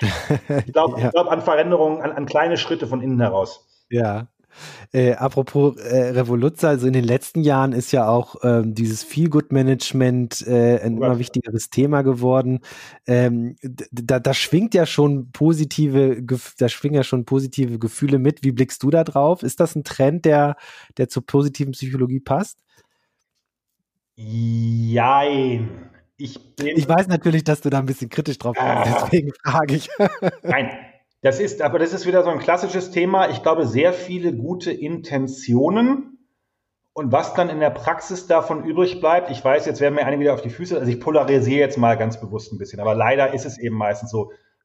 [SPEAKER 3] Ich glaube ja. glaub an Veränderungen, an, an kleine Schritte von innen heraus.
[SPEAKER 2] Ja. Äh, apropos äh, Revoluzer, also in den letzten Jahren ist ja auch ähm, dieses Feel-Good-Management äh, ein immer wichtigeres Thema geworden. Ähm, da, da schwingt ja schon positive, da schwingen ja schon positive Gefühle mit. Wie blickst du da drauf? Ist das ein Trend, der, der zur positiven Psychologie passt?
[SPEAKER 3] Jein. Ich, bin,
[SPEAKER 2] ich weiß natürlich, dass du da ein bisschen kritisch drauf bist, äh, deswegen frage ich.
[SPEAKER 3] Nein, das ist, aber das ist wieder so ein klassisches Thema. Ich glaube, sehr viele gute Intentionen und was dann in der Praxis davon übrig bleibt. Ich weiß, jetzt werden mir einige wieder auf die Füße, also ich polarisiere jetzt mal ganz bewusst ein bisschen, aber leider ist es eben meistens so.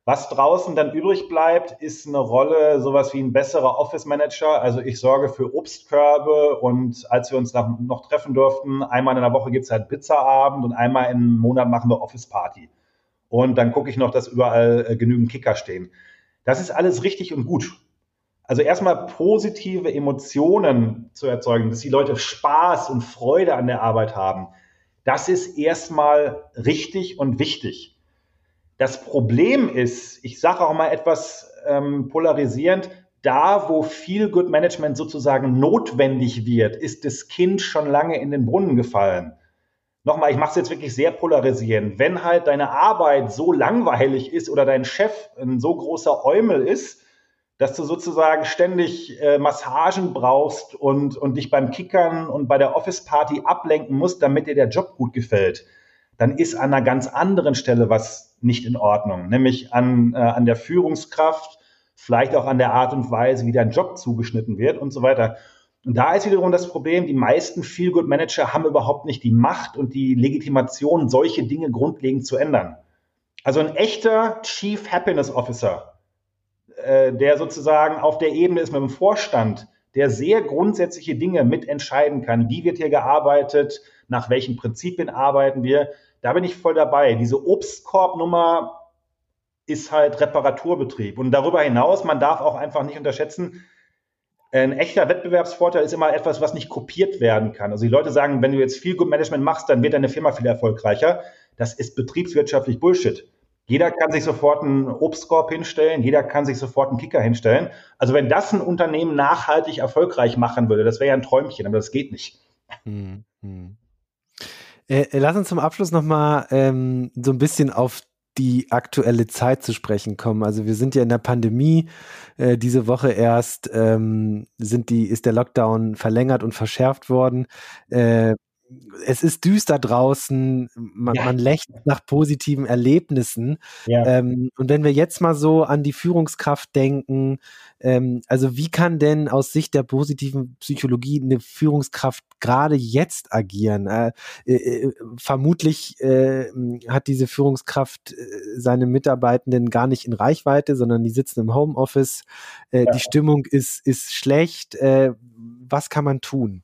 [SPEAKER 3] Was draußen dann übrig bleibt, ist eine Rolle, sowas wie ein besserer Office-Manager. Also ich sorge für Obstkörbe und als wir uns da noch treffen durften, einmal in der Woche gibt es halt Pizzaabend und einmal im Monat machen wir Office-Party. Und dann gucke ich noch, dass überall äh, genügend Kicker stehen. Das ist alles richtig und gut. Also erstmal positive Emotionen zu erzeugen, dass die Leute Spaß und Freude an der Arbeit haben. Das ist erstmal richtig und wichtig. Das Problem ist, ich sage auch mal etwas ähm, polarisierend, da wo Feel-Good-Management sozusagen notwendig wird, ist das Kind schon lange in den Brunnen gefallen. Nochmal, ich mache es jetzt wirklich sehr polarisierend. Wenn halt deine Arbeit so langweilig ist oder dein Chef ein so großer Eumel ist, dass du sozusagen ständig äh, Massagen brauchst und, und dich beim Kickern und bei der Office-Party ablenken musst, damit dir der Job gut gefällt, dann ist an einer ganz anderen Stelle was nicht in Ordnung, nämlich an, äh, an der Führungskraft, vielleicht auch an der Art und Weise, wie dein Job zugeschnitten wird und so weiter. Und da ist wiederum das Problem, die meisten Feel-Good-Manager haben überhaupt nicht die Macht und die Legitimation, solche Dinge grundlegend zu ändern. Also ein echter Chief Happiness Officer, äh, der sozusagen auf der Ebene ist mit dem Vorstand, der sehr grundsätzliche Dinge mitentscheiden kann. Wie wird hier gearbeitet? Nach welchen Prinzipien arbeiten wir? Da bin ich voll dabei. Diese Obstkorb-Nummer ist halt Reparaturbetrieb. Und darüber hinaus, man darf auch einfach nicht unterschätzen, ein echter Wettbewerbsvorteil ist immer etwas, was nicht kopiert werden kann. Also die Leute sagen, wenn du jetzt viel Good Management machst, dann wird deine Firma viel erfolgreicher. Das ist betriebswirtschaftlich Bullshit. Jeder kann sich sofort einen Obstkorb hinstellen, jeder kann sich sofort einen Kicker hinstellen. Also wenn das ein Unternehmen nachhaltig erfolgreich machen würde, das wäre ja ein Träumchen, aber das geht nicht.
[SPEAKER 2] Hm, hm. Äh, lass uns zum Abschluss nochmal ähm, so ein bisschen auf die aktuelle Zeit zu sprechen kommen. Also wir sind ja in der Pandemie. Äh, diese Woche erst ähm, sind die, ist der Lockdown verlängert und verschärft worden. Äh, es ist düster draußen, man, ja. man lechzt nach positiven Erlebnissen. Ja. Ähm, und wenn wir jetzt mal so an die Führungskraft denken, ähm, also wie kann denn aus Sicht der positiven Psychologie eine Führungskraft gerade jetzt agieren? Äh, äh, vermutlich äh, hat diese Führungskraft äh, seine Mitarbeitenden gar nicht in Reichweite, sondern die sitzen im Homeoffice. Äh, ja. Die Stimmung ist, ist schlecht. Äh, was kann man tun?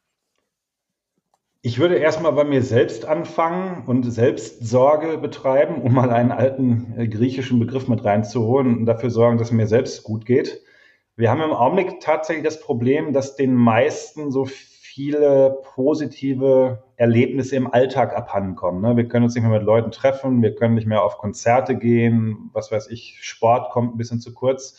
[SPEAKER 3] Ich würde erstmal bei mir selbst anfangen und Selbstsorge betreiben, um mal einen alten äh, griechischen Begriff mit reinzuholen und dafür sorgen, dass es mir selbst gut geht. Wir haben im Augenblick tatsächlich das Problem, dass den meisten so viele positive Erlebnisse im Alltag abhandenkommen. Ne? Wir können uns nicht mehr mit Leuten treffen, wir können nicht mehr auf Konzerte gehen, was weiß ich, Sport kommt ein bisschen zu kurz.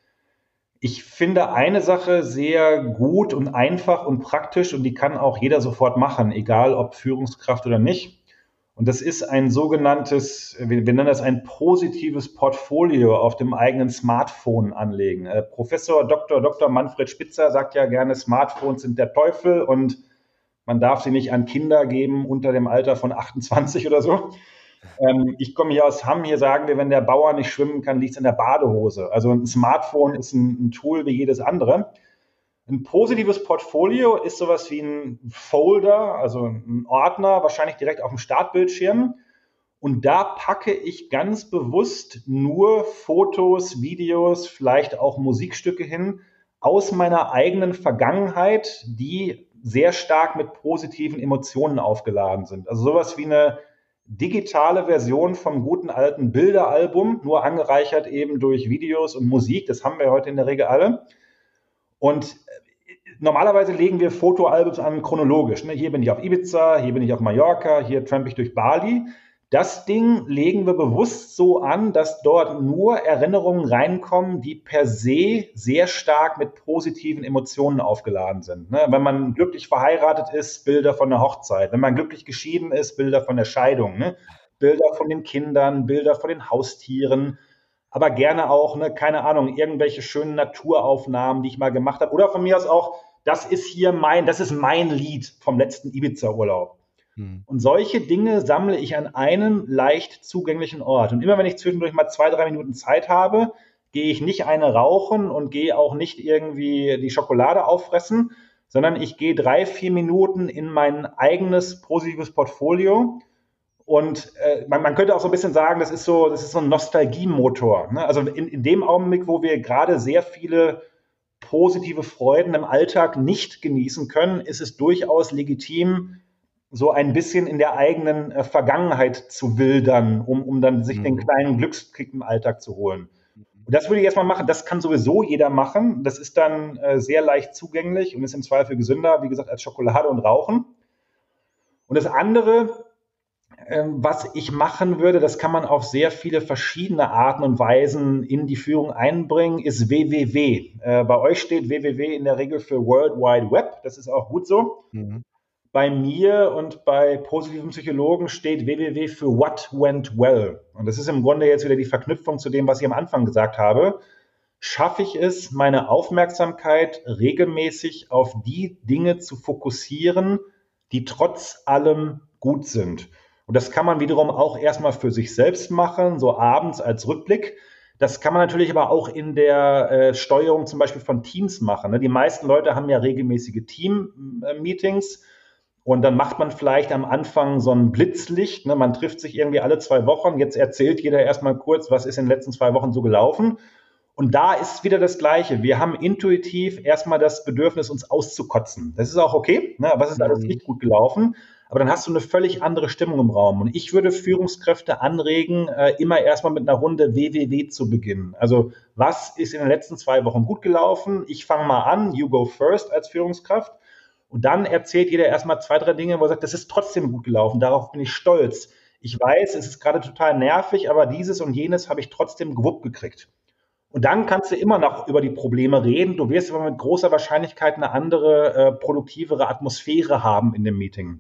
[SPEAKER 3] Ich finde eine Sache sehr gut und einfach und praktisch und die kann auch jeder sofort machen, egal ob Führungskraft oder nicht. Und das ist ein sogenanntes, wir, wir nennen das ein positives Portfolio auf dem eigenen Smartphone anlegen. Äh, Professor Doktor Doktor Manfred Spitzer sagt ja gerne, Smartphones sind der Teufel und man darf sie nicht an Kinder geben unter dem Alter von achtundzwanzig oder so. Ähm, ich komme hier aus Hamm, hier sagen wir, wenn der Bauer nicht schwimmen kann, liegt es in der Badehose. Also ein Smartphone ist ein, ein Tool wie jedes andere. Ein positives Portfolio ist sowas wie ein Folder, also ein Ordner, wahrscheinlich direkt auf dem Startbildschirm. Und da packe ich ganz bewusst nur Fotos, Videos, vielleicht auch Musikstücke hin aus meiner eigenen Vergangenheit, die sehr stark mit positiven Emotionen aufgeladen sind. Also sowas wie eine digitale Version vom guten alten Bilderalbum, nur angereichert eben durch Videos und Musik. Das haben wir heute in der Regel alle. Und normalerweise legen wir Fotoalbums an chronologisch. Ne? Hier bin ich auf Ibiza, hier bin ich auf Mallorca, hier trampe ich durch Bali. Das Ding legen wir bewusst so an, dass dort nur Erinnerungen reinkommen, die per se sehr stark mit positiven Emotionen aufgeladen sind. Ne? Wenn man glücklich verheiratet ist, Bilder von der Hochzeit. Wenn man glücklich geschieden ist, Bilder von der Scheidung. Ne? Bilder von den Kindern, Bilder von den Haustieren. Aber gerne auch, ne, keine Ahnung, irgendwelche schönen Naturaufnahmen, die ich mal gemacht habe. Oder von mir aus auch, das ist hier mein, das ist mein Lied vom letzten Ibiza-Urlaub. Und solche Dinge sammle ich an einen leicht zugänglichen Ort. Und immer wenn ich zwischendurch mal zwei, drei Minuten Zeit habe, gehe ich nicht eine rauchen und gehe auch nicht irgendwie die Schokolade auffressen, sondern ich gehe drei, vier Minuten in mein eigenes positives Portfolio Und äh, man, man könnte auch so ein bisschen sagen, das ist so, das ist so ein Nostalgiemotor. Ne? Also in, in dem Augenblick, wo wir gerade sehr viele positive Freuden im Alltag nicht genießen können, ist es durchaus legitim, so ein bisschen in der eigenen äh, Vergangenheit zu wildern, um, um dann sich mhm. den kleinen Glückskick im Alltag zu holen. Und das würde ich erstmal machen. Das kann sowieso jeder machen. Das ist dann äh, sehr leicht zugänglich und ist im Zweifel gesünder, wie gesagt, als Schokolade und Rauchen. Und das andere, äh, was ich machen würde, das kann man auf sehr viele verschiedene Arten und Weisen in die Führung einbringen, ist W W W. Äh, bei euch steht W W W in der Regel für World Wide Web. Das ist auch gut so. Mhm. Bei mir und bei positiven Psychologen steht W W W für What Went Well. Und das ist im Grunde jetzt wieder die Verknüpfung zu dem, was ich am Anfang gesagt habe. Schaffe ich es, meine Aufmerksamkeit regelmäßig auf die Dinge zu fokussieren, die trotz allem gut sind? Und das kann man wiederum auch erstmal für sich selbst machen, so abends als Rückblick. Das kann man natürlich aber auch in der äh, Steuerung zum Beispiel von Teams machen. Ne? Die meisten Leute haben ja regelmäßige Team-Meetings. Und dann macht man vielleicht am Anfang so ein Blitzlicht. Ne? Man trifft sich irgendwie alle zwei Wochen. Jetzt erzählt jeder erstmal kurz, was ist in den letzten zwei Wochen so gelaufen. Und da ist wieder das Gleiche. Wir haben intuitiv erstmal das Bedürfnis, uns auszukotzen. Das ist auch okay. Ne? Was ist alles nicht gut gelaufen? Aber dann hast du eine völlig andere Stimmung im Raum. Und ich würde Führungskräfte anregen, äh, immer erstmal mit einer Runde W W W zu beginnen. Also was ist in den letzten zwei Wochen gut gelaufen? Ich fange mal an. You go first als Führungskraft. Und dann erzählt jeder erstmal zwei, drei Dinge, wo er sagt, das ist trotzdem gut gelaufen, darauf bin ich stolz. Ich weiß, es ist gerade total nervig, aber dieses und jenes habe ich trotzdem gewuppt gekriegt. Und dann kannst du immer noch über die Probleme reden. Du wirst aber mit großer Wahrscheinlichkeit eine andere, äh, produktivere Atmosphäre haben in dem Meeting.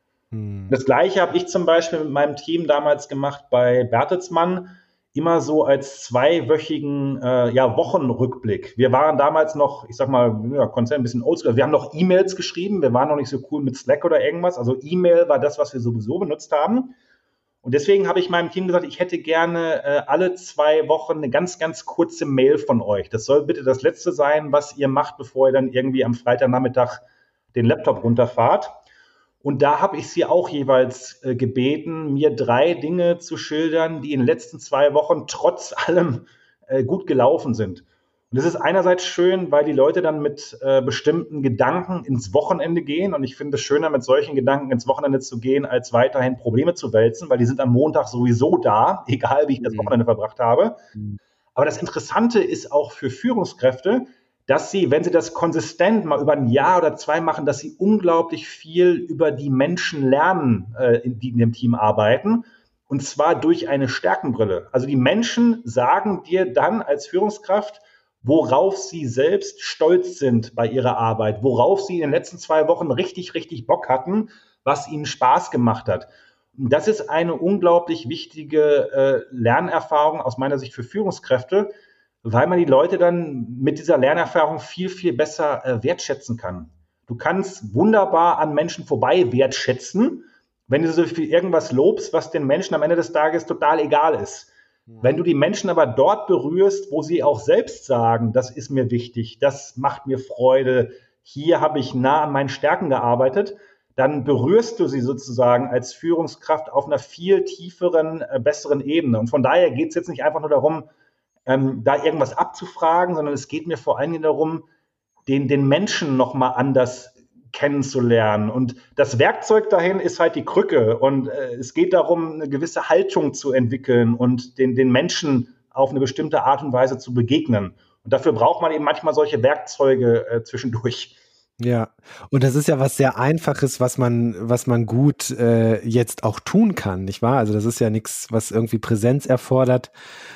[SPEAKER 3] Hm. Das Gleiche habe ich zum Beispiel mit meinem Team damals gemacht bei Bertelsmann, immer so als zweiwöchigen äh, ja, Wochenrückblick. Wir waren damals noch, ich sag mal, ja, Konzern ein bisschen oldschool. Wir haben noch E-Mails geschrieben. Wir waren noch nicht so cool mit Slack oder irgendwas. Also E-Mail war das, was wir sowieso benutzt haben. Und deswegen habe ich meinem Team gesagt, ich hätte gerne äh, alle zwei Wochen eine ganz, ganz kurze Mail von euch. Das soll bitte das Letzte sein, was ihr macht, bevor ihr dann irgendwie am Freitagnachmittag den Laptop runterfahrt. Und da habe ich sie auch jeweils äh, gebeten, mir drei Dinge zu schildern, die in den letzten zwei Wochen trotz allem äh, gut gelaufen sind. Und das ist einerseits schön, weil die Leute dann mit äh, bestimmten Gedanken ins Wochenende gehen. Und ich finde es schöner, mit solchen Gedanken ins Wochenende zu gehen, als weiterhin Probleme zu wälzen, weil die sind am Montag sowieso da, egal wie ich das Wochenende verbracht habe. Mhm. Aber das Interessante ist auch für Führungskräfte, dass sie, wenn sie das konsistent mal über ein Jahr oder zwei machen, dass sie unglaublich viel über die Menschen lernen, äh, die in dem Team arbeiten, und zwar durch eine Stärkenbrille. Also die Menschen sagen dir dann als Führungskraft, worauf sie selbst stolz sind bei ihrer Arbeit, worauf sie in den letzten zwei Wochen richtig, richtig Bock hatten, was ihnen Spaß gemacht hat. Und das ist eine unglaublich wichtige äh, Lernerfahrung aus meiner Sicht für Führungskräfte, weil man die Leute dann mit dieser Lernerfahrung viel, viel besser äh, wertschätzen kann. Du kannst wunderbar an Menschen vorbei wertschätzen, wenn du so viel irgendwas lobst, was den Menschen am Ende des Tages total egal ist. Ja. Wenn du die Menschen aber dort berührst, wo sie auch selbst sagen, das ist mir wichtig, das macht mir Freude, hier habe ich nah an meinen Stärken gearbeitet, dann berührst du sie sozusagen als Führungskraft auf einer viel tieferen, äh, besseren Ebene. Und von daher geht es jetzt nicht einfach nur darum, Ähm, da irgendwas abzufragen, sondern es geht mir vor allen Dingen darum, den, den Menschen nochmal anders kennenzulernen. Und das Werkzeug dahin ist halt die Krücke. Und äh, es geht darum, eine gewisse Haltung zu entwickeln und den, den Menschen auf eine bestimmte Art und Weise zu begegnen. Und dafür braucht man eben manchmal solche Werkzeuge äh, zwischendurch.
[SPEAKER 2] Ja, und das ist ja was sehr Einfaches, was man, was man gut äh, jetzt auch tun kann, nicht wahr? Also das ist ja nichts, was irgendwie Präsenz erfordert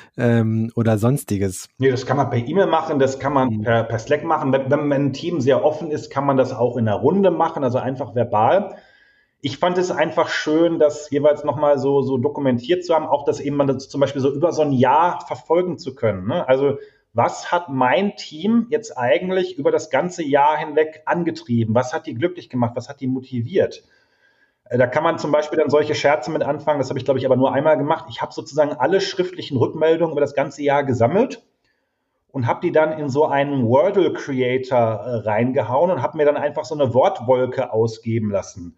[SPEAKER 2] ähm, oder sonstiges.
[SPEAKER 3] Nee, das kann man per E-Mail machen, das kann man mhm. per, per Slack machen. Wenn, wenn ein Team sehr offen ist, kann man das auch in einer Runde machen, also einfach verbal. Ich fand es einfach schön, das jeweils nochmal so, so dokumentiert zu haben, auch das eben man das zum Beispiel so über so ein Jahr verfolgen zu können, ne? Also was hat mein Team jetzt eigentlich über das ganze Jahr hinweg angetrieben? Was hat die glücklich gemacht? Was hat die motiviert? Da kann man zum Beispiel dann solche Scherze mit anfangen. Das habe ich, glaube ich, aber nur einmal gemacht. Ich habe sozusagen alle schriftlichen Rückmeldungen über das ganze Jahr gesammelt und habe die dann in so einen Wordle-Creator reingehauen und habe mir dann einfach so eine Wortwolke ausgeben lassen.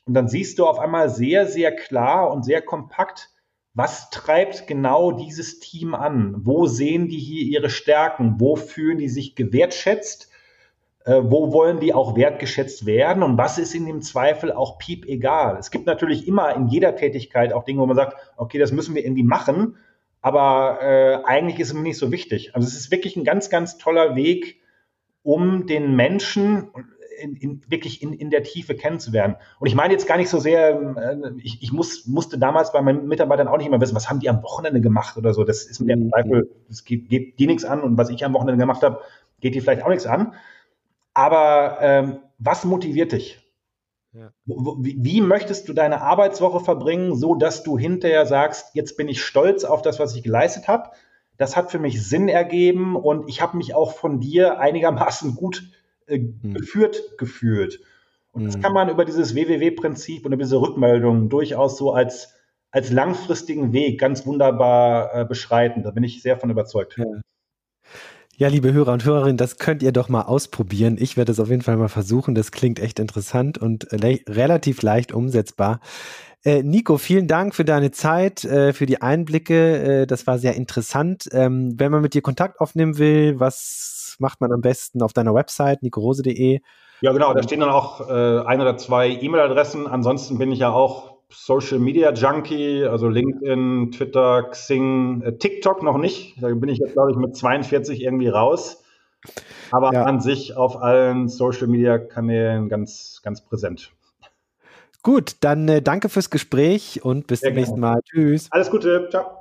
[SPEAKER 3] Und dann siehst du auf einmal sehr, sehr klar und sehr kompakt, was treibt genau dieses Team an? Wo sehen die hier ihre Stärken? Wo fühlen die sich gewertschätzt? Äh, wo wollen die auch wertgeschätzt werden? Und was ist in dem Zweifel auch piep egal? Es gibt natürlich immer in jeder Tätigkeit auch Dinge, wo man sagt, okay, das müssen wir irgendwie machen, aber äh, eigentlich ist es mir nicht so wichtig. Also es ist wirklich ein ganz, ganz toller Weg, um den Menschen in, in, wirklich in, in der Tiefe kennenzulernen. Und ich meine jetzt gar nicht so sehr, äh, ich, ich muss, musste damals bei meinen Mitarbeitern auch nicht immer wissen, was haben die am Wochenende gemacht oder so. Das ist mir im Zweifel, das geht, geht die nichts an. Und was ich am Wochenende gemacht habe, geht die vielleicht auch nichts an. Aber ähm, was motiviert dich? Ja. Wie, wie möchtest du deine Arbeitswoche verbringen, so dass du hinterher sagst, jetzt bin ich stolz auf das, was ich geleistet habe. Das hat für mich Sinn ergeben und ich habe mich auch von dir einigermaßen gut äh, hm. geführt gefühlt. Und hm. das kann man über dieses W W W-Prinzip und über diese Rückmeldungen durchaus so als, als langfristigen Weg ganz wunderbar äh, beschreiten. Da bin ich sehr von überzeugt.
[SPEAKER 2] Ja. Ja, liebe Hörer und Hörerinnen, das könnt ihr doch mal ausprobieren. Ich werde es auf jeden Fall mal versuchen. Das klingt echt interessant und le- relativ leicht umsetzbar. Äh, Nico, vielen Dank für deine Zeit, äh, für die Einblicke. Äh, das war sehr interessant. Ähm, wenn man mit dir Kontakt aufnehmen will, was macht man am besten auf deiner Website, nicorose punkt de?
[SPEAKER 3] Ja, genau. Da stehen dann auch äh, ein oder zwei E-Mail-Adressen. Ansonsten bin ich ja auch Social Media Junkie, also LinkedIn, Twitter, Xing, äh, TikTok noch nicht. Da bin ich jetzt, glaube ich, mit zweiundvierzig irgendwie raus. Aber ja. an sich auf allen Social Media Kanälen ganz, ganz präsent.
[SPEAKER 2] Gut, dann äh, danke fürs Gespräch und bis Sehr zum nächsten Mal. Tschüss.
[SPEAKER 3] Alles Gute. Ciao.